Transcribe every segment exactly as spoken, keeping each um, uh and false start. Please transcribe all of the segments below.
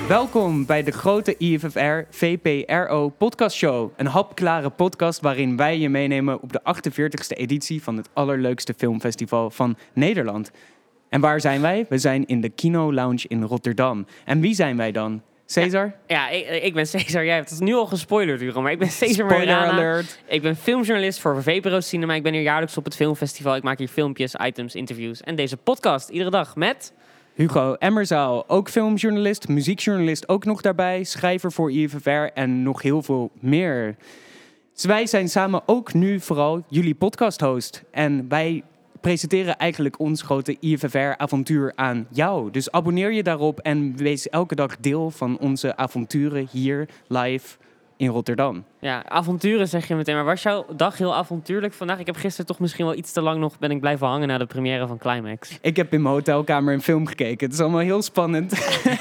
Welkom bij de grote I F F R V P R O podcastshow. Een hapklare podcast waarin wij je meenemen op de achtenveertigste editie van het allerleukste filmfestival van Nederland. En waar zijn wij? We zijn in de Kino Lounge in Rotterdam. En wie zijn wij dan? Cesar? Ja, ja ik, ik ben Cesar. Jij hebt het nu al gespoilerd, Hugo. Maar ik ben Cesar Spoiler Morana. alert. Ik ben filmjournalist voor V P R O Cinema. Ik ben hier jaarlijks op het filmfestival. Ik maak hier filmpjes, items, interviews en deze podcast iedere dag met... Hugo Emmerzaal, ook filmjournalist, muziekjournalist ook nog daarbij, schrijver voor I F F R en nog heel veel meer. Dus wij zijn samen ook nu vooral jullie podcasthost. En wij presenteren eigenlijk ons grote I F F R-avontuur aan jou. Dus abonneer je daarop en wees elke dag deel van onze avonturen hier live in Rotterdam. Ja, avonturen zeg je meteen. Maar was jouw dag heel avontuurlijk vandaag? Ik heb gisteren toch misschien wel iets te lang nog ben ik blijven hangen na de première van Climax. Ik heb in mijn hotelkamer een film gekeken. Het is allemaal heel spannend.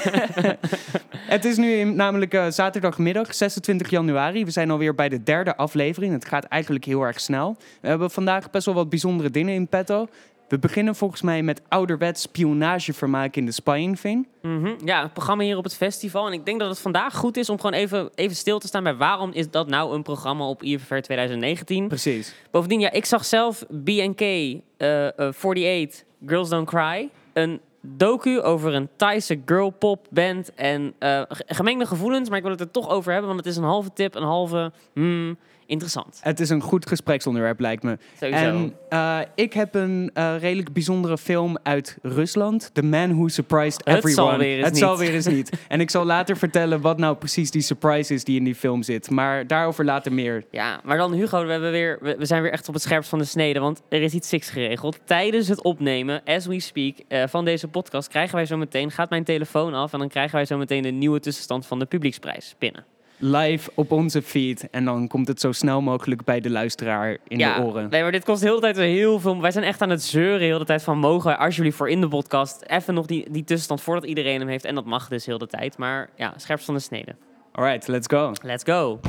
Het is nu namelijk uh, zaterdagmiddag, zesentwintig januari. We zijn alweer bij de derde aflevering. Het gaat eigenlijk heel erg snel. We hebben vandaag best wel wat bijzondere dingen in petto. We beginnen volgens mij met ouderwets spionagevermaak in de Spying Thing. Mm-hmm. Ja, een programma hier op het festival. En ik denk dat het vandaag goed is om gewoon even, even stil te staan bij waarom is dat nou een programma op I F F R twintig negentien. Precies. Bovendien, ja, ik zag zelf B en K, uh, uh, eenenveertig, Girls Don't Cry. Een docu over een Thaise girlpop band en uh, gemengde gevoelens. Maar ik wil het er toch over hebben, want het is een halve tip, een halve... Hmm, interessant. Het is een goed gespreksonderwerp, lijkt me. Sowieso. En uh, ik heb een uh, redelijk bijzondere film uit Rusland. The Man Who Surprised Het Everyone. zal weer eens Het niet. zal weer eens niet. En ik zal later vertellen wat nou precies die surprise is die in die film zit. Maar daarover later meer. Ja, maar dan Hugo, we, hebben weer, we, we zijn weer echt op het scherpst van de snede. Want er is iets siks geregeld. Tijdens het opnemen, as we speak, uh, van deze podcast... krijgen wij zo meteen, gaat mijn telefoon af... en dan krijgen wij zo meteen de nieuwe tussenstand van de publieksprijs binnen. Live op onze feed. En dan komt het zo snel mogelijk bij de luisteraar in ja, de oren. Nee, maar dit kost de hele tijd heel veel... Wij zijn echt aan het zeuren heel de tijd van... mogen wij alsjeblieft voor in de podcast... even nog die, die tussenstand voordat iedereen hem heeft. En dat mag dus heel de tijd. Maar ja, scherpst van de snede. Alright, let's go. Let's go.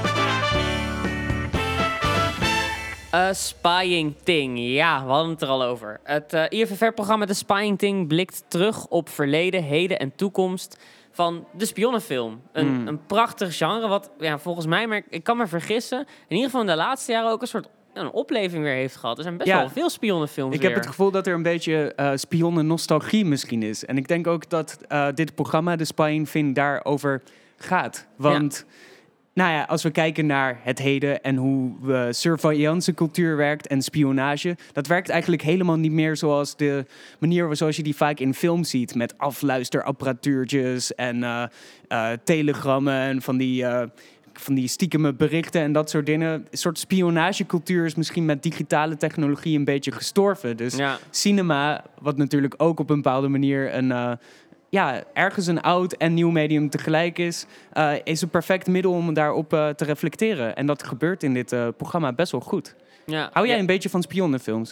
Uh, Spying Thing. Ja, we hadden het er al over. Het uh, I F F R-programma The Spying Thing blikt terug op verleden, heden en toekomst van de spionnenfilm. Een, mm. een prachtig genre wat ja, volgens mij, maar ik kan me vergissen, in ieder geval in de laatste jaren ook een soort een opleving weer heeft gehad. Er zijn best ja. wel veel spionnenfilms Ik weer. heb het gevoel dat er een beetje uh, spionnen-nostalgie misschien is. En ik denk ook dat uh, dit programma, The Spying Thing, daarover gaat. Want... Ja. Nou ja, als we kijken naar het heden en hoe uh, surveillancecultuur werkt en spionage... dat werkt eigenlijk helemaal niet meer zoals de manier zoals je die vaak in films ziet... met afluisterapparatuurtjes en uh, uh, telegrammen en van die, uh, van die stiekeme berichten en dat soort dingen. Een soort spionagecultuur is misschien met digitale technologie een beetje gestorven. Dus ja. Cinema, wat natuurlijk ook op een bepaalde manier een... Uh, ja, ergens een oud en nieuw medium tegelijk is... Uh, is een perfect middel om daarop uh, te reflecteren. En dat gebeurt in dit uh, programma best wel goed. Ja, Hou jij ja. een beetje van spionnenfilms?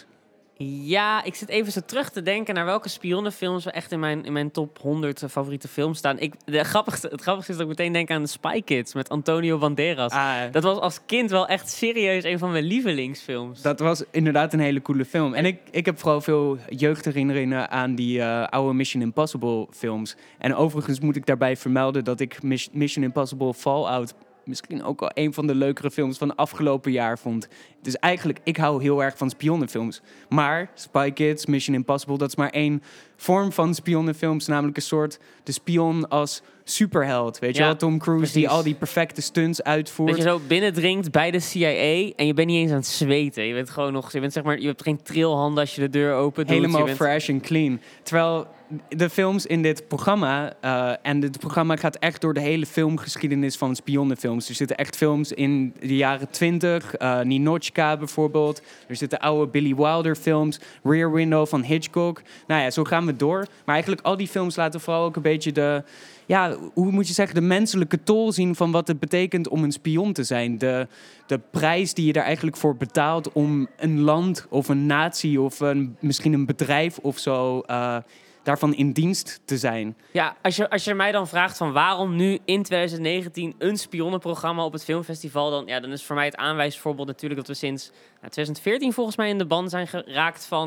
Ja, ik zit even zo terug te denken naar welke spionnenfilms we echt in mijn, in mijn top honderd favoriete films staan. Ik, de grappigste, het grappigste is dat ik meteen denk aan de Spy Kids met Antonio Banderas. Ah, dat was als kind wel echt serieus een van mijn lievelingsfilms. Dat was inderdaad een hele coole film. En ik, ik heb vooral veel jeugdherinneringen aan die uh, oude Mission Impossible films. En overigens moet ik daarbij vermelden dat ik Mission Impossible Fallout... misschien ook al een van de leukere films van het afgelopen jaar vond. Dus eigenlijk, ik hou heel erg van spionnenfilms. Maar Spy Kids, Mission Impossible, dat is maar één vorm van spionnenfilms. Namelijk een soort de spion als superheld. Weet je ja, wel, Tom Cruise precies. Die al die perfecte stunts uitvoert. Dat je zo binnendringt bij de C I A en je bent niet eens aan het zweten. Je bent gewoon nog, je bent zeg maar, je hebt geen trilhanden als je de deur opent. Helemaal bent... fresh en clean. Terwijl de films in dit programma, uh, en dit programma gaat echt door de hele filmgeschiedenis van spionnenfilms. Er zitten echt films in de jaren twintig, uh, Ninotchka bijvoorbeeld. Er zitten oude Billy Wilder films, Rear Window van Hitchcock. Nou ja, zo gaan we door. Maar eigenlijk al die films laten vooral ook een beetje de... Ja, hoe moet je zeggen, de menselijke tol zien van wat het betekent om een spion te zijn. De, de prijs die je daar eigenlijk voor betaalt om een land of een natie of een, misschien een bedrijf of zo... Uh, daarvan in dienst te zijn. Ja, als je, als je mij dan vraagt van waarom nu in twintig negentien een spionnenprogramma op het filmfestival... Dan, ja, dan is voor mij het aanwijsvoorbeeld natuurlijk dat we sinds nou, twintig veertien volgens mij in de ban zijn geraakt van...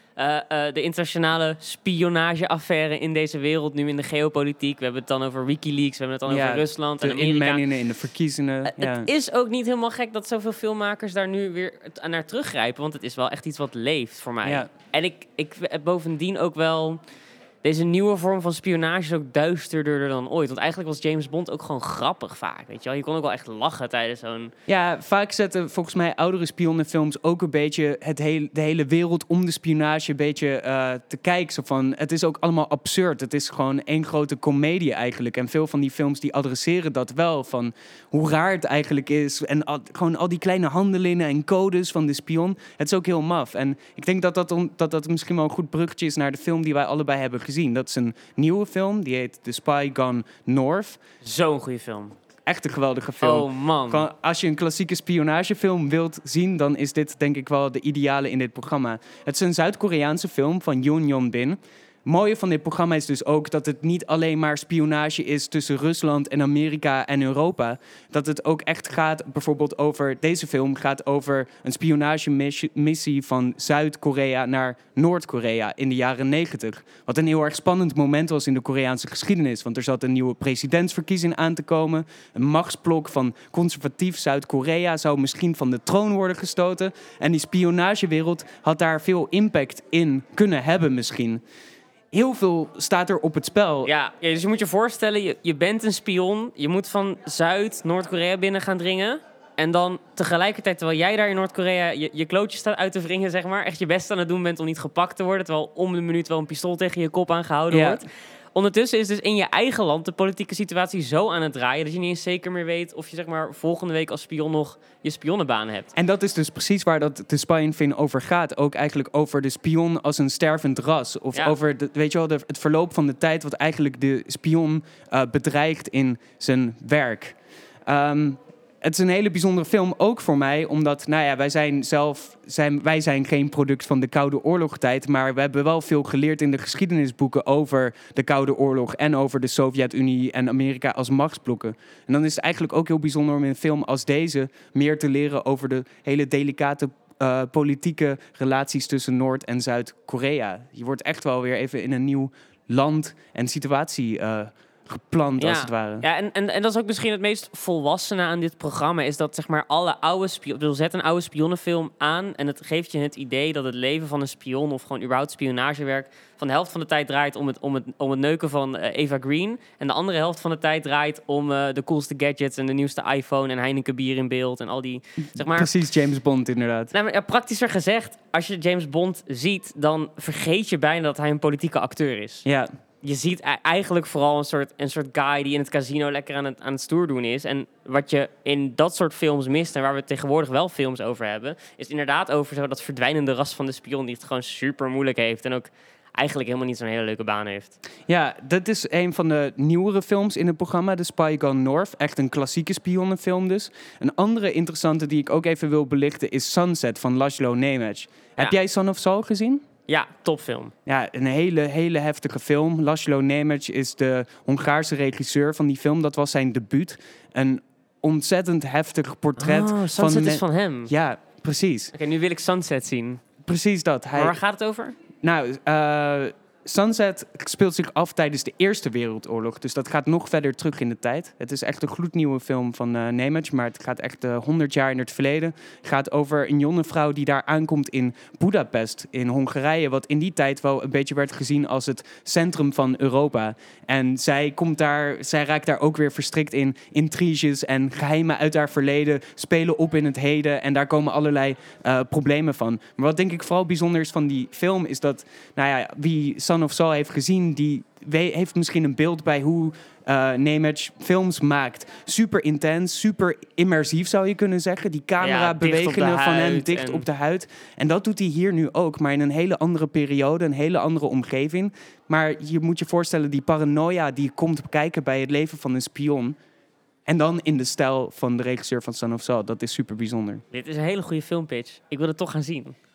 Uh, uh, de internationale spionageaffaire in deze wereld, nu in de geopolitiek. We hebben het dan over WikiLeaks, we hebben het dan Ja, over Rusland en De Amerika. inmengingen in de verkiezingen. Uh, ja. Het is ook niet helemaal gek dat zoveel filmmakers daar nu weer t- naar teruggrijpen. Want het is wel echt iets wat leeft voor mij. Ja. En ik, ik heb bovendien ook wel... Deze nieuwe vorm van spionage is ook duisterder dan ooit. Want eigenlijk was James Bond ook gewoon grappig vaak, weet je wel. Je kon ook wel echt lachen tijdens zo'n... Ja, vaak zetten volgens mij oudere spionnenfilms ook een beetje het hele, de hele wereld om de spionage een beetje uh, te kijken. Zo van, het is ook allemaal absurd. Het is gewoon één grote komedie eigenlijk. En veel van die films die adresseren dat wel. Van hoe raar het eigenlijk is. En al, gewoon al die kleine handelingen en codes van de spion. Het is ook heel maf. En ik denk dat dat, on, dat dat misschien wel een goed bruggetje is naar de film die wij allebei hebben gezien. Dat is een nieuwe film. Die heet The Spy Gone North. Zo'n goede film. Echt een geweldige film. Oh man. Gewoon, als je een klassieke spionagefilm wilt zien, dan is dit denk ik wel de ideale in dit programma. Het is een Zuid-Koreaanse film van Yoon Yeon-bin. Het mooie van dit programma is dus ook dat het niet alleen maar spionage is tussen Rusland en Amerika en Europa. Dat het ook echt gaat bijvoorbeeld over... Deze film gaat over een spionagemissie van Zuid-Korea naar Noord-Korea in de jaren negentig. Wat een heel erg spannend moment was in de Koreaanse geschiedenis. Want er zat een nieuwe presidentsverkiezing aan te komen. Een machtsblok van conservatief Zuid-Korea zou misschien van de troon worden gestoten. En die spionagewereld had daar veel impact in kunnen hebben misschien. Heel veel staat er op het spel. Ja, ja, dus je moet je voorstellen, je, je bent een spion. Je moet van Zuid, Noord-Korea binnen gaan dringen. En dan tegelijkertijd, terwijl jij daar in Noord-Korea je, je klootjes staat uit te wringen, zeg maar. Echt je best aan het doen bent om niet gepakt te worden. Terwijl om de minuut wel een pistool tegen je kop aangehouden Ja. wordt. Ondertussen is dus in je eigen land de politieke situatie zo aan het draaien dat je niet eens zeker meer weet of je zeg maar volgende week als spion nog je spionnenbaan hebt. En dat is dus precies waar dat de Spy Fin over gaat. Ook eigenlijk over de spion als een stervend ras. Of Ja. over de, weet je wel, de, het verloop van de tijd wat eigenlijk de spion uh, bedreigt in zijn werk. Um, Het is een hele bijzondere film, ook voor mij, omdat, nou ja, wij zijn zelf, zijn, wij zijn geen product van de Koude Oorlogtijd, maar we hebben wel veel geleerd in de geschiedenisboeken over de Koude Oorlog en over de Sovjet-Unie en Amerika als machtsblokken. En dan is het eigenlijk ook heel bijzonder om in een film als deze meer te leren over de hele delicate uh, politieke relaties tussen Noord- en Zuid-Korea. Je wordt echt wel weer even in een nieuw land en situatie uh, geplant, Ja. als het ware. Ja, en, en, en dat is ook misschien het meest volwassene aan dit programma, is dat zeg maar alle oude spionnen, zet een oude spionnenfilm aan en het geeft je het idee dat het leven van een spion of gewoon überhaupt spionagewerk van de helft van de tijd draait om het, om het, om het neuken van uh, Eva Green en de andere helft van de tijd draait om uh, de coolste gadgets en de nieuwste iPhone en Heineken bier in beeld en al die, zeg maar... Precies, James Bond inderdaad. Nou, maar, ja, praktischer gezegd, als je James Bond ziet, dan vergeet je bijna dat hij een politieke acteur is. Ja. Je ziet e- eigenlijk vooral een soort, een soort guy die in het casino lekker aan het, aan het stoer doen is. En wat je in dat soort films mist en waar we tegenwoordig wel films over hebben, is inderdaad over zo dat verdwijnende ras van de spion die het gewoon super moeilijk heeft en ook eigenlijk helemaal niet zo'n hele leuke baan heeft. Ja, dat is een van de nieuwere films in het programma, The Spy Gone North. Echt een klassieke spionnenfilm dus. Een andere interessante die ik ook even wil belichten is Sunset van Laszlo Nemes. Ja. Heb jij Son of Saul gezien? Ja, topfilm. Ja, een hele, hele heftige film. Laszlo Nemes is de Hongaarse regisseur van die film. Dat was zijn debuut. Een ontzettend heftig portret. Oh, Sunset van is van hem. Oké, Ja, precies. nu wil ik Sunset zien. Precies dat. Hij... Maar waar gaat het over? Nou, uh, Sunset speelt zich af tijdens de Eerste Wereldoorlog. Dus dat gaat nog verder terug in de tijd. Het is echt een gloednieuwe film van uh, Nemes, maar het gaat echt honderd uh, jaar in het verleden. Het gaat over een jonge vrouw die daar aankomt in Budapest, in Hongarije. Wat in die tijd wel een beetje werd gezien als het centrum van Europa. En zij, komt daar, zij raakt daar ook weer verstrikt in intriges en geheimen uit haar verleden spelen op in het heden. En daar komen allerlei uh, problemen van. Maar wat denk ik vooral bijzonder is van die film, is dat, nou ja, wie Son of Saul heeft gezien, die we- heeft misschien een beeld bij hoe uh, Nemes films maakt. Super intens, super immersief zou je kunnen zeggen. Die Ja, dicht op de camerabewegingen van hem huid dicht en- op de huid. En dat doet hij hier nu ook, maar in een hele andere periode, een hele andere omgeving. Maar je moet je voorstellen, die paranoia die komt kijken bij het leven van een spion. En dan in de stijl van de regisseur van Son of Saul. Dat is super bijzonder. Dit is een hele goede filmpitch. Ik wil het toch gaan zien.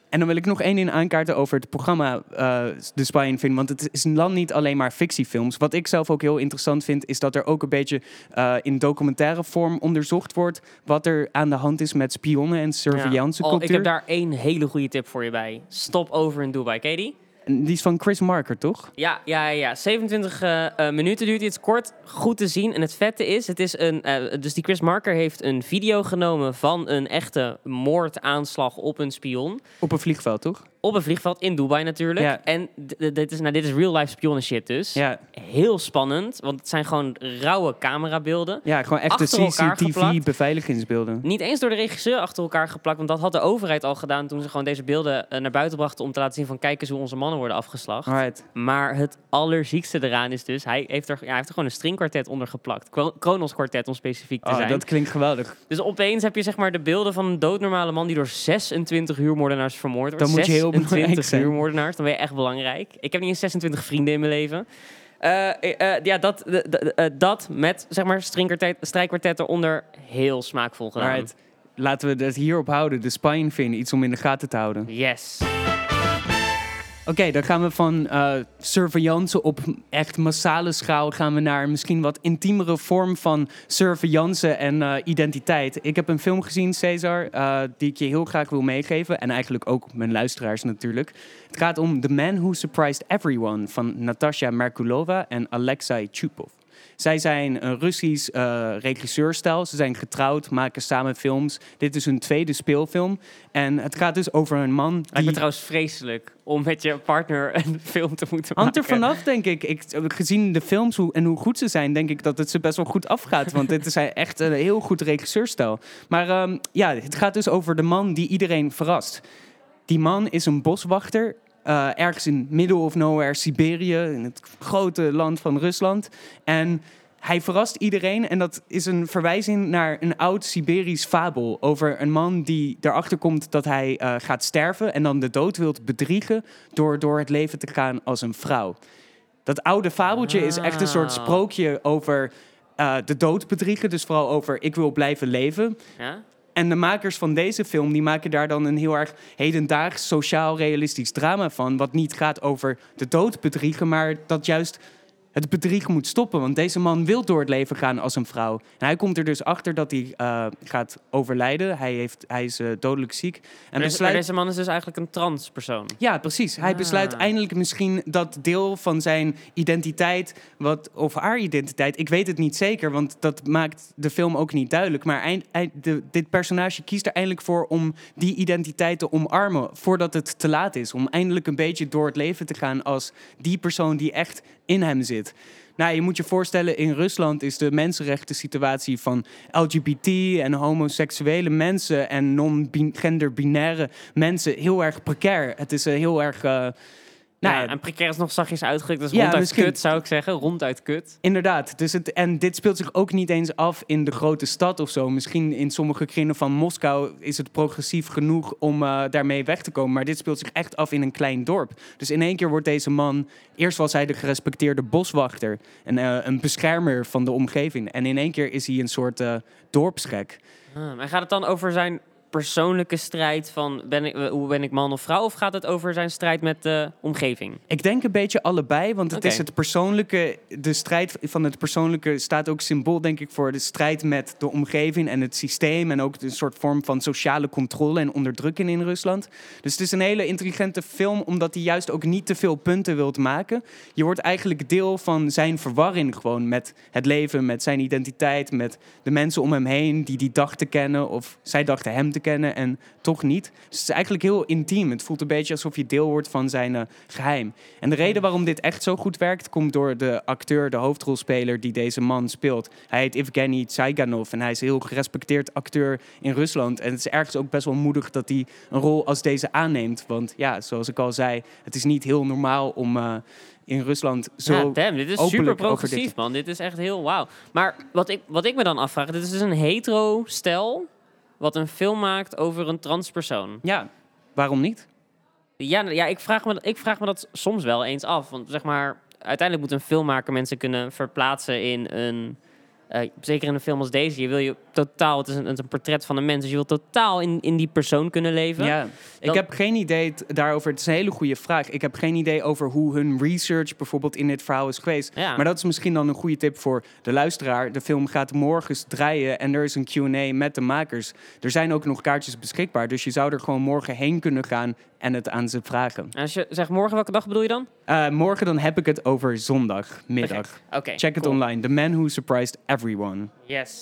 En dan wil ik nog één ding aankaarten over het programma uh, The Spy Thing. Want het is dan niet alleen maar fictiefilms. Wat ik zelf ook heel interessant vind, is dat er ook een beetje uh, in documentaire vorm onderzocht wordt wat er aan de hand is met spionnen en surveillancecultuur. Ja. Oh, ik heb daar één hele goede tip voor je bij. Stop over in Dubai. Ken je die? En die is van Chris Marker, toch? Ja, ja, ja. zevenentwintig uh, uh, minuten duurt. Het is kort, goed te zien. En het vette is, het is een, uh, dus die Chris Marker heeft een video genomen van een echte moordaanslag op een spion. Op een vliegveld, toch? Op een vliegveld in Dubai natuurlijk. Ja. En d- dit is, nou, dit is real-life spion shit dus. Ja. Heel spannend, want het zijn gewoon rauwe camerabeelden. Ja, gewoon echte Achter elkaar C C T geplakt. V-beveiligingsbeelden. Niet eens door de regisseur achter elkaar geplakt, want dat had de overheid al gedaan toen ze gewoon deze beelden uh, naar buiten brachten om te laten zien van kijk eens hoe onze mannen worden afgeslacht. Right. Maar het allerziekste eraan is dus, hij heeft er, ja, hij heeft er gewoon een stringkwartet onder geplakt. Kro- Kronos kwartet om specifiek te Oh, zijn. dat klinkt geweldig. Dus opeens heb je zeg maar de beelden van een doodnormale man die door zesentwintig huurmoordenaars vermoord wordt. Dan moet je heel belangrijk zesentwintig zijn. huurmoordenaars, dan ben je echt belangrijk. Ik heb niet eens zesentwintig vrienden in mijn leven. Uh, uh, ja, dat, uh, uh, dat met zeg maar stringkwartet, strijkkwartet eronder heel smaakvol gedaan. Alright. Laten we het hierop houden. De Spy Thing, iets om in de gaten te houden. Yes. Oké, okay, dan gaan we van uh, surveillance op echt massale schaal gaan we naar misschien wat intiemere vorm van surveillance en uh, identiteit. Ik heb een film gezien, Cesar, uh, die ik je heel graag wil meegeven. En eigenlijk ook mijn luisteraars natuurlijk. Het gaat om The Man Who Surprised Everyone van Natasha Merkulova en Alexei Chupov. Zij zijn een Russisch uh, regisseurstijl. Ze zijn getrouwd, maken samen films. Dit is hun tweede speelfilm. En het gaat dus over een man die... Lijkt me trouwens vreselijk om met je partner een film te moeten Hangt maken. er vanaf, denk ik. ik. Gezien de films hoe, en hoe goed ze zijn, denk ik dat het ze best wel goed afgaat. Want dit is echt een heel goed regisseurstijl. Maar um, ja, het gaat dus over de man die iedereen verrast. Die man is een boswachter... Uh, ergens in middle of nowhere, Siberië, in het grote land van Rusland. En hij verrast iedereen en dat is een verwijzing naar een oud Siberisch fabel over een man die erachter komt dat hij uh, gaat sterven en dan de dood wilt bedriegen door door het leven te gaan als een vrouw. Dat oude fabeltje ah. is echt een soort sprookje over uh, de dood bedriegen, dus vooral over ik wil blijven leven. Ja? En de makers van deze film, die maken daar dan een heel erg hedendaags sociaal-realistisch drama van. Wat niet gaat over de dood bedriegen, maar dat juist het bedriegen moet stoppen. Want deze man wil door het leven gaan als een vrouw. En hij komt er dus achter dat hij uh, gaat overlijden. Hij, heeft, hij is uh, dodelijk ziek. En maar, deze, besluit... maar deze man is dus eigenlijk een transpersoon. Ja, precies. Hij ah. besluit eindelijk misschien dat deel van zijn identiteit, wat, of haar identiteit, ik weet het niet zeker, want dat maakt de film ook niet duidelijk. Maar eind, eind, de, dit personage kiest er eindelijk voor om die identiteit te omarmen voordat het te laat is. Om eindelijk een beetje door het leven te gaan als die persoon die echt in hem zit. Nou, je moet je voorstellen, in Rusland is de mensenrechten situatie van L G B T en homoseksuele mensen en non-gender-binaire mensen heel erg precair. Het is uh, heel erg... Uh, Nou, ja, en precair is nog zachtjes uitgedrukt. Dus ja, ronduit misschien... kut, zou ik zeggen. Ronduit kut. Inderdaad. Dus het, en dit speelt zich ook niet eens af in de grote stad of zo. Misschien in sommige kringen van Moskou is het progressief genoeg om uh, daarmee weg te komen. Maar dit speelt zich echt af in een klein dorp. Dus in één keer wordt deze man... Eerst was hij de gerespecteerde boswachter. En uh, een beschermer van de omgeving. En in één keer is hij een soort uh, dorpsgek. Ah, maar gaat het dan over zijn... persoonlijke strijd van ben ik, hoe ben ik man of vrouw, of gaat het over zijn strijd met de omgeving? Ik denk een beetje allebei, want het okay. is het persoonlijke, de strijd van het persoonlijke staat ook symbool, denk ik, voor de strijd met de omgeving en het systeem en ook een soort vorm van sociale controle en onderdrukking in Rusland. Dus het is een hele intelligente film, omdat hij juist ook niet te veel punten wilt maken. Je wordt eigenlijk deel van zijn verwarring gewoon met het leven, met zijn identiteit, met de mensen om hem heen die die dachten kennen of zij dachten hem te kennen en toch niet. Dus het is eigenlijk heel intiem. Het voelt een beetje alsof je deel wordt van zijn uh, geheim. En de reden waarom dit echt zo goed werkt, komt door de acteur, de hoofdrolspeler die deze man speelt. Hij heet Evgeny Tsaiganov en hij is een heel gerespecteerd acteur in Rusland. En het is ergens ook best wel moedig dat hij een rol als deze aanneemt. Want ja, zoals ik al zei, het is niet heel normaal om... Uh, in Rusland zo ja, damn, dit is super progressief, dit. man. Dit is echt heel wauw. Maar wat ik, wat ik me dan afvraag, dit is dus een hetero-stel wat een film maakt over een transpersoon. Ja, waarom niet? Ja, ja ik, vraag me, ik vraag me dat soms wel eens af. Want zeg maar, uiteindelijk moet een filmmaker mensen kunnen verplaatsen in een... uh, zeker in een film als deze, je wil je totaal, het is een, het is een portret van een mens, dus je wil totaal in, in die persoon kunnen leven. Ja, Dan, ik heb geen idee t- daarover. Het is een hele goede vraag. Ik heb geen idee over hoe hun research bijvoorbeeld in dit verhaal is geweest. Ja. Maar dat is misschien dan een goede tip voor de luisteraar. De film gaat morgen draaien en er is een Q en A met de makers. Er zijn ook nog kaartjes beschikbaar, dus je zou er gewoon morgen heen kunnen gaan en het aan ze vragen. En als je zegt morgen, welke dag bedoel je dan? Uh, morgen dan heb ik het over zondagmiddag. Oké, okay, Check cool. het online. The Man Who Surprised Everyone. Yes.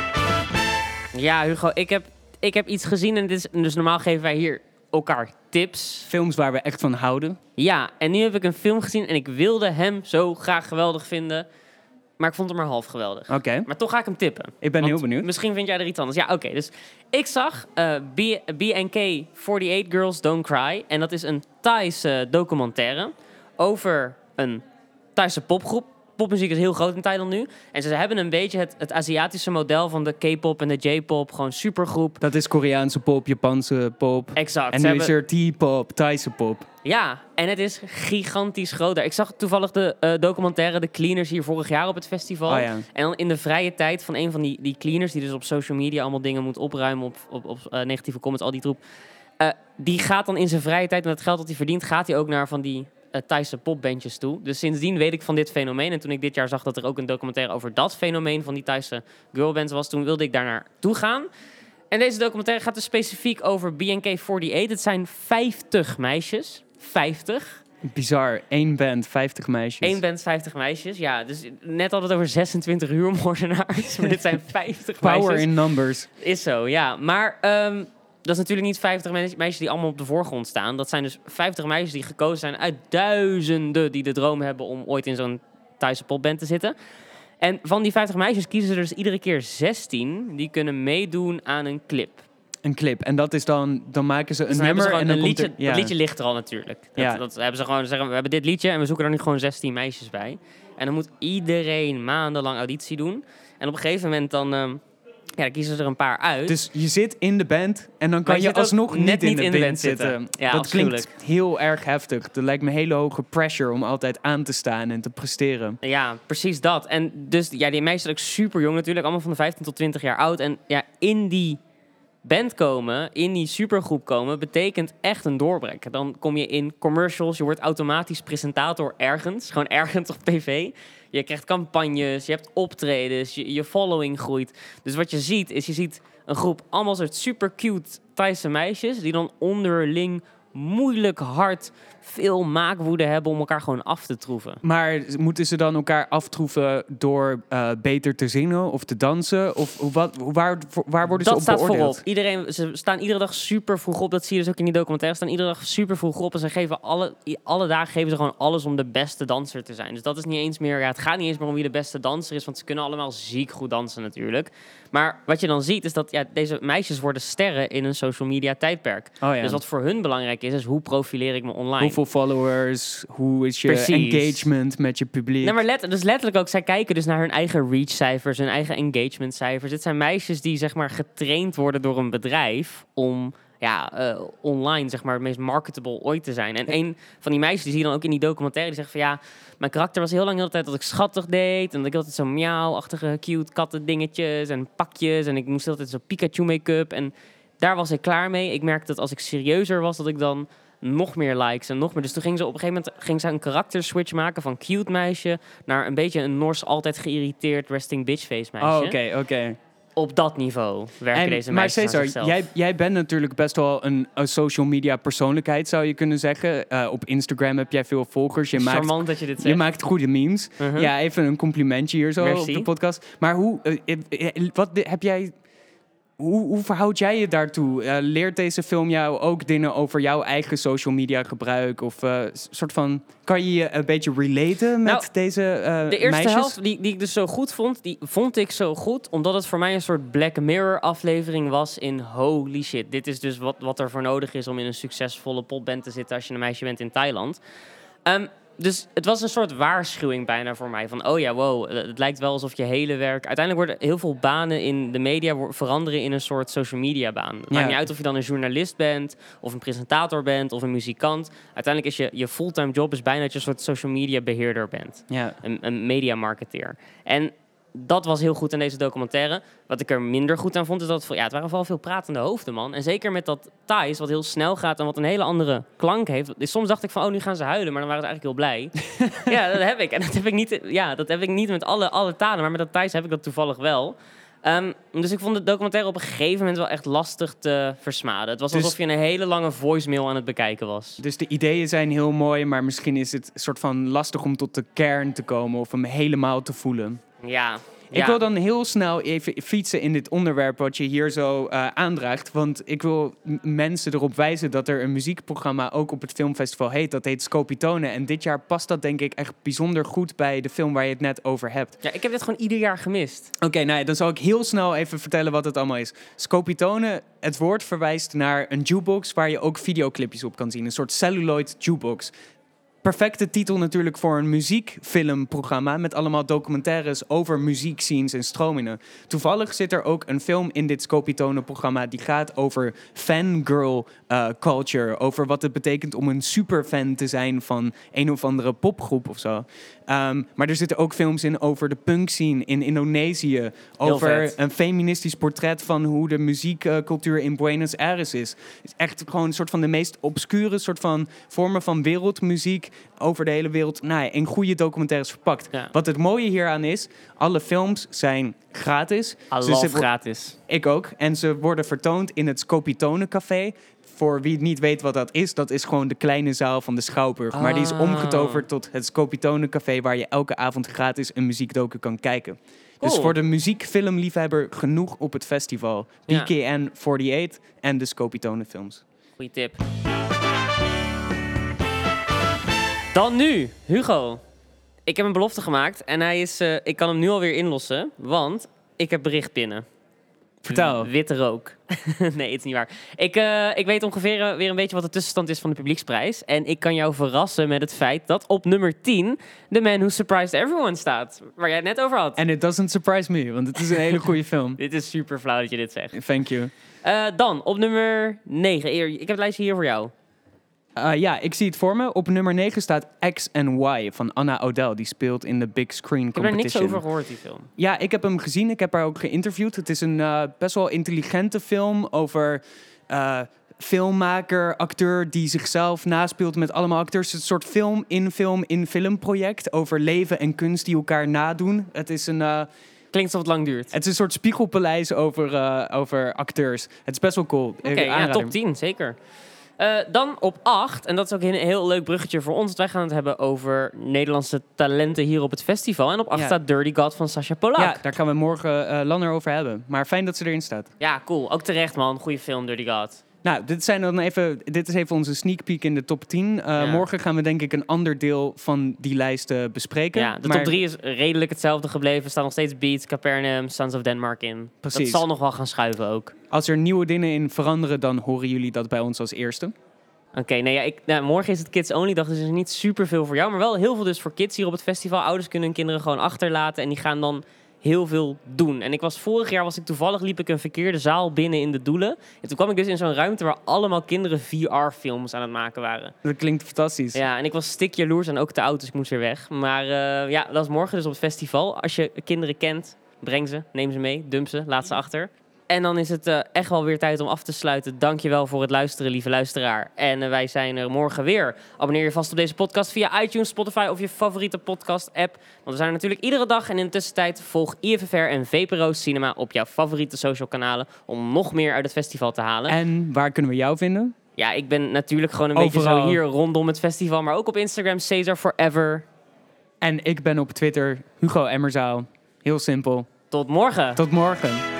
Ja, Hugo, ik heb, ik heb iets gezien en dit is, dus normaal geven wij hier elkaar tips. Films waar we echt van houden. Ja, en nu heb ik een film gezien en ik wilde hem zo graag geweldig vinden, maar ik vond hem maar half geweldig. Oké. Okay. Maar toch ga ik hem tippen. Ik ben Want heel benieuwd. Misschien vind jij er iets anders. Ja, oké. Okay, dus ik zag uh, B N K forty-eight Girls Don't Cry. En dat is een Thaise documentaire over een Thaise popgroep. Popmuziek is heel groot in Thailand nu. En ze hebben een beetje het, het Aziatische model van de K-pop en de J-pop. Gewoon supergroep. Dat is Koreaanse pop, Japanse pop. Exact. En ze nu hebben... is er T-pop, Thaise pop. Ja, en het is gigantisch groot daar. Ik zag toevallig de uh, documentaire The Cleaners hier vorig jaar op het festival. Oh, ja. En dan in de vrije tijd van een van die, die cleaners... die dus op social media allemaal dingen moet opruimen... op, op, op uh, negatieve comments, al die troep... Uh, die gaat dan in zijn vrije tijd, met het geld dat hij verdient... gaat hij ook naar van die uh, Thaise popbandjes toe. Dus sindsdien weet ik van dit fenomeen. En toen ik dit jaar zag dat er ook een documentaire over dat fenomeen... van die Thaise girlbands was... toen wilde ik daar naartoe gaan... En deze documentaire gaat dus specifiek over B N K forty-eight. Het zijn vijftig meisjes. vijftig. Bizar. Eén band, vijftig meisjes. Eén band, vijftig meisjes. Ja, dus net hadden we het over zesentwintig huurmoordenaars. Maar dit zijn vijftig Power meisjes. in numbers. Is zo, ja. Maar um, dat is natuurlijk niet vijftig meisjes die allemaal op de voorgrond staan. Dat zijn dus vijftig meisjes die gekozen zijn uit duizenden... die de droom hebben om ooit in zo'n Thaise popband te zitten... En van die vijftig meisjes kiezen ze dus iedere keer zestien... die kunnen meedoen aan een clip. Een clip. En dat is dan... Dan maken ze een dus dan nummer ze en dan een komt liedje. er, ja. Dat liedje ligt er al natuurlijk. Dat, Ja. dat hebben ze gewoon zeggen, we hebben dit liedje... en we zoeken er nu gewoon zestien meisjes bij. En dan moet iedereen maandenlang auditie doen. En op een gegeven moment dan... Um, ja, dan kiezen ze er een paar uit. Dus je zit in de band en dan kan je je zit ook alsnog net niet in niet de, in de band band zitten. zitten. Ja, dat klinkt afschuwelijk. heel erg heftig. Er lijkt me hele hoge pressure om altijd aan te staan en te presteren. Ja, precies dat. En dus ja, die meisjes zijn ook super jong natuurlijk. Allemaal van de vijftien tot twintig jaar oud. En ja, in die band komen, in die supergroep komen... betekent echt een doorbrek. Dan kom je in commercials. Je wordt automatisch presentator ergens. Gewoon ergens op tv. Je krijgt campagnes, je hebt optredens, je, je following groeit. Dus wat je ziet, is je ziet een groep allemaal soort super cute Thaise meisjes... die dan onderling moeilijk hard veel maakwoede hebben om elkaar gewoon af te troeven. Maar moeten ze dan elkaar aftroeven door uh, beter te zingen of te dansen? Of wat, waar, waar worden dat ze op staat beoordeeld? voorop. Iedereen, ze staan iedere dag super vroeg op. Dat zie je dus ook in die documentaire. Ze staan iedere dag super vroeg op. En ze geven alle, alle dagen geven ze gewoon alles om de beste danser te zijn. Dus dat is niet eens meer... Ja, het gaat niet eens meer om wie de beste danser is. Want ze kunnen allemaal ziek goed dansen natuurlijk. Maar wat je dan ziet is dat ja, deze meisjes worden sterren in een social media tijdperk. Oh ja. Dus wat voor hun belangrijk is, is hoe profileer ik me online? Hoeveel followers? Hoe is je Precies. engagement met je publiek? Nee, maar let, dus letterlijk ook, zij kijken dus naar hun eigen reach-cijfers, hun eigen engagement-cijfers. Dit zijn meisjes die zeg maar getraind worden door een bedrijf om ja, uh, online zeg maar het meest marketable ooit te zijn. En een van die meisjes die zie je dan ook in die documentaire, die zegt van ja, mijn karakter was heel lang de hele tijd dat ik schattig deed en dat ik altijd zo miauw-achtige cute katten dingetjes en pakjes en ik moest altijd zo Pikachu make-up en daar was ik klaar mee. Ik merkte dat als ik serieuzer was, dat ik dan nog meer likes en nog meer. Dus toen ging ze op een gegeven moment ging ze een karakterswitch maken van cute meisje naar een beetje een Nors, altijd geïrriteerd resting bitch face meisje. Oh, oké, okay, oké. Okay. Op dat niveau werken en, deze maar meisjes Cesar, aan zichzelf. jij, jij bent natuurlijk best wel een, een social media persoonlijkheid, zou je kunnen zeggen. Uh, op Instagram heb jij veel volgers. Je Charmant maakt, dat je dit zegt. Je maakt goede memes. Uh-huh. Ja, even een complimentje hier zo Merci. op de podcast. Maar hoe, uh, wat heb jij... Hoe, hoe verhoud jij je daartoe? Uh, leert deze film jou ook dingen over jouw eigen social media gebruik? Of uh, soort van, kan je je een beetje relaten met nou, deze uh, De eerste meisjes? helft die, die ik dus zo goed vond, die vond ik zo goed omdat het voor mij een soort Black Mirror aflevering was in holy shit. Dit is dus wat, wat er voor nodig is om in een succesvolle popband te zitten als je een meisje bent in Thailand. Um, Dus het was een soort waarschuwing bijna voor mij. Van, oh ja, wow, het lijkt wel alsof je hele werk... Uiteindelijk worden heel veel banen in de media veranderen in een soort social media baan. Het ja. maakt niet uit of je dan een journalist bent, of een presentator bent, of een muzikant. Uiteindelijk is je, je fulltime job is bijna dat je een soort social media beheerder bent. Ja. Een, een media marketeer. En dat was heel goed aan deze documentaire. Wat ik er minder goed aan vond, is dat het, ja, het waren vooral veel pratende hoofden, man. En zeker met dat Thais, wat heel snel gaat en wat een hele andere klank heeft. Dus soms dacht ik van, oh, nu gaan ze huilen, maar dan waren ze eigenlijk heel blij. Ja, dat heb ik. En dat heb ik niet, ja, dat heb ik niet met alle, alle talen, maar met dat Thais heb ik dat toevallig wel. Um, dus ik vond de documentaire op een gegeven moment wel echt lastig te versmaden. Het was dus, alsof je een hele lange voicemail aan het bekijken was. Dus de ideeën zijn heel mooi, maar misschien is het soort van lastig om tot de kern te komen of hem helemaal te voelen. Ja. Ik ja. wil dan heel snel even fietsen in dit onderwerp wat je hier zo uh, aandraagt. Want ik wil m- mensen erop wijzen dat er een muziekprogramma ook op het filmfestival heet. Dat heet Scopitone. En dit jaar past dat denk ik echt bijzonder goed bij de film waar je het net over hebt. Ja, ik heb dit gewoon ieder jaar gemist. Oké, okay, nou ja, dan zal ik heel snel even vertellen wat het allemaal is. Scopitone, het woord verwijst naar een jukebox waar je ook videoclipjes op kan zien. Een soort celluloid jukebox. Perfecte titel natuurlijk voor een muziekfilmprogramma met allemaal documentaires over muziekscenes en stromingen. Toevallig zit er ook een film in dit Scopitone-programma die gaat over fangirl uh, culture. Over wat het betekent om een superfan te zijn van een of andere popgroep of zo. Um, maar er zitten ook films in over de punkscene in Indonesië. Over een feministisch portret van hoe de muziekcultuur in Buenos Aires is. Het is echt gewoon een soort van de meest obscure soort van vormen van wereldmuziek over de hele wereld, nou ja, in goede documentaires verpakt. Ja. Wat het mooie hieraan is, alle films zijn gratis. I love dus gratis. Ik ook. En ze worden vertoond in het Scopitone Café. Voor wie het niet weet wat dat is, dat is gewoon de kleine zaal van de Schouwburg. Ah. Maar die is omgetoverd tot het Scopitone Café, waar je elke avond gratis een muziekdocu kan kijken. Cool. Dus voor de muziekfilmliefhebber genoeg op het festival. Ja. B K N achtenveertig en de Scopitone films. Goeie tip. Dan nu, Hugo. Ik heb een belofte gemaakt en hij is, uh, ik kan hem nu alweer inlossen, want ik heb bericht binnen. Vertel. Witte rook. Nee, het is niet waar. Ik, uh, ik weet ongeveer uh, weer een beetje wat de tussenstand is van de publieksprijs. En ik kan jou verrassen met het feit dat op nummer tien The Man Who Surprised Everyone staat. Waar jij het net over had. And it doesn't surprise me, want het is een hele goede film. Dit is super flauw dat je dit zegt. Thank you. Uh, dan, op nummer negen. Ik heb het lijstje hier voor jou. Uh, ja, ik zie het voor me. Op nummer negen staat X and Y van Anna O'Dell. Die speelt in de Big Screen Competition. Ik heb er niks over gehoord, die film. Ja, ik heb hem gezien. Ik heb haar ook geïnterviewd. Het is een uh, best wel intelligente film over uh, filmmaker, acteur die zichzelf naspeelt met allemaal acteurs. Het is een soort film in film in film project over leven en kunst die elkaar nadoen. Het is een... Uh, Klinkt alsof het lang duurt. Het is een soort spiegelpaleis over, uh, over acteurs. Het is best wel cool. Oké, okay, ja, top tien, zeker. Uh, dan op acht, en dat is ook een heel leuk bruggetje voor ons. Wij gaan het hebben over Nederlandse talenten hier op het festival. En op acht ja. staat Dirty God van Sacha Polak. Ja, daar gaan we morgen uh, langer over hebben. Maar fijn dat ze erin staat. Ja, cool. Ook terecht, man. Goeie film, Dirty God. Nou, dit, zijn dan even, dit is even onze sneak peek in de top tien. Uh, ja. Morgen gaan we denk ik een ander deel van die lijst uh, bespreken. Ja, de maar... top drie is redelijk hetzelfde gebleven. Er staan nog steeds Beats, Capernaum, Sons of Denmark in. Precies. Dat zal nog wel gaan schuiven ook. Als er nieuwe dingen in veranderen, dan horen jullie dat bij ons als eerste. Oké, okay, nee, ja, ik, nou, morgen is het Kids Only dag, dus er is niet superveel voor jou. Maar wel heel veel dus voor kids hier op het festival. Ouders kunnen hun kinderen gewoon achterlaten en die gaan dan heel veel doen. En ik was vorig jaar, was ik toevallig, liep ik een verkeerde zaal binnen in de Doelen. En toen kwam ik dus in zo'n ruimte waar allemaal kinderen V R-films aan het maken waren. Dat klinkt fantastisch. Ja, en ik was stik jaloers en ook te oud, dus ik moest weer weg. Maar uh, ja, dat is morgen dus op het festival. Als je kinderen kent, breng ze, neem ze mee, dump ze, laat ze achter. En dan is het uh, echt wel weer tijd om af te sluiten. Dankjewel voor het luisteren, lieve luisteraar. En uh, wij zijn er morgen weer. Abonneer je vast op deze podcast via iTunes, Spotify of je favoriete podcast-app. Want we zijn er natuurlijk iedere dag. En in de tussentijd volg I F F R en VPRO Cinema op jouw favoriete social kanalen om nog meer uit het festival te halen. En waar kunnen we jou vinden? Ja, ik ben natuurlijk gewoon een Overal. beetje zo hier rondom het festival. Maar ook op Instagram, Cesar Forever. En ik ben op Twitter, Hugo Emmerzaal. Heel simpel. Tot morgen. Tot morgen.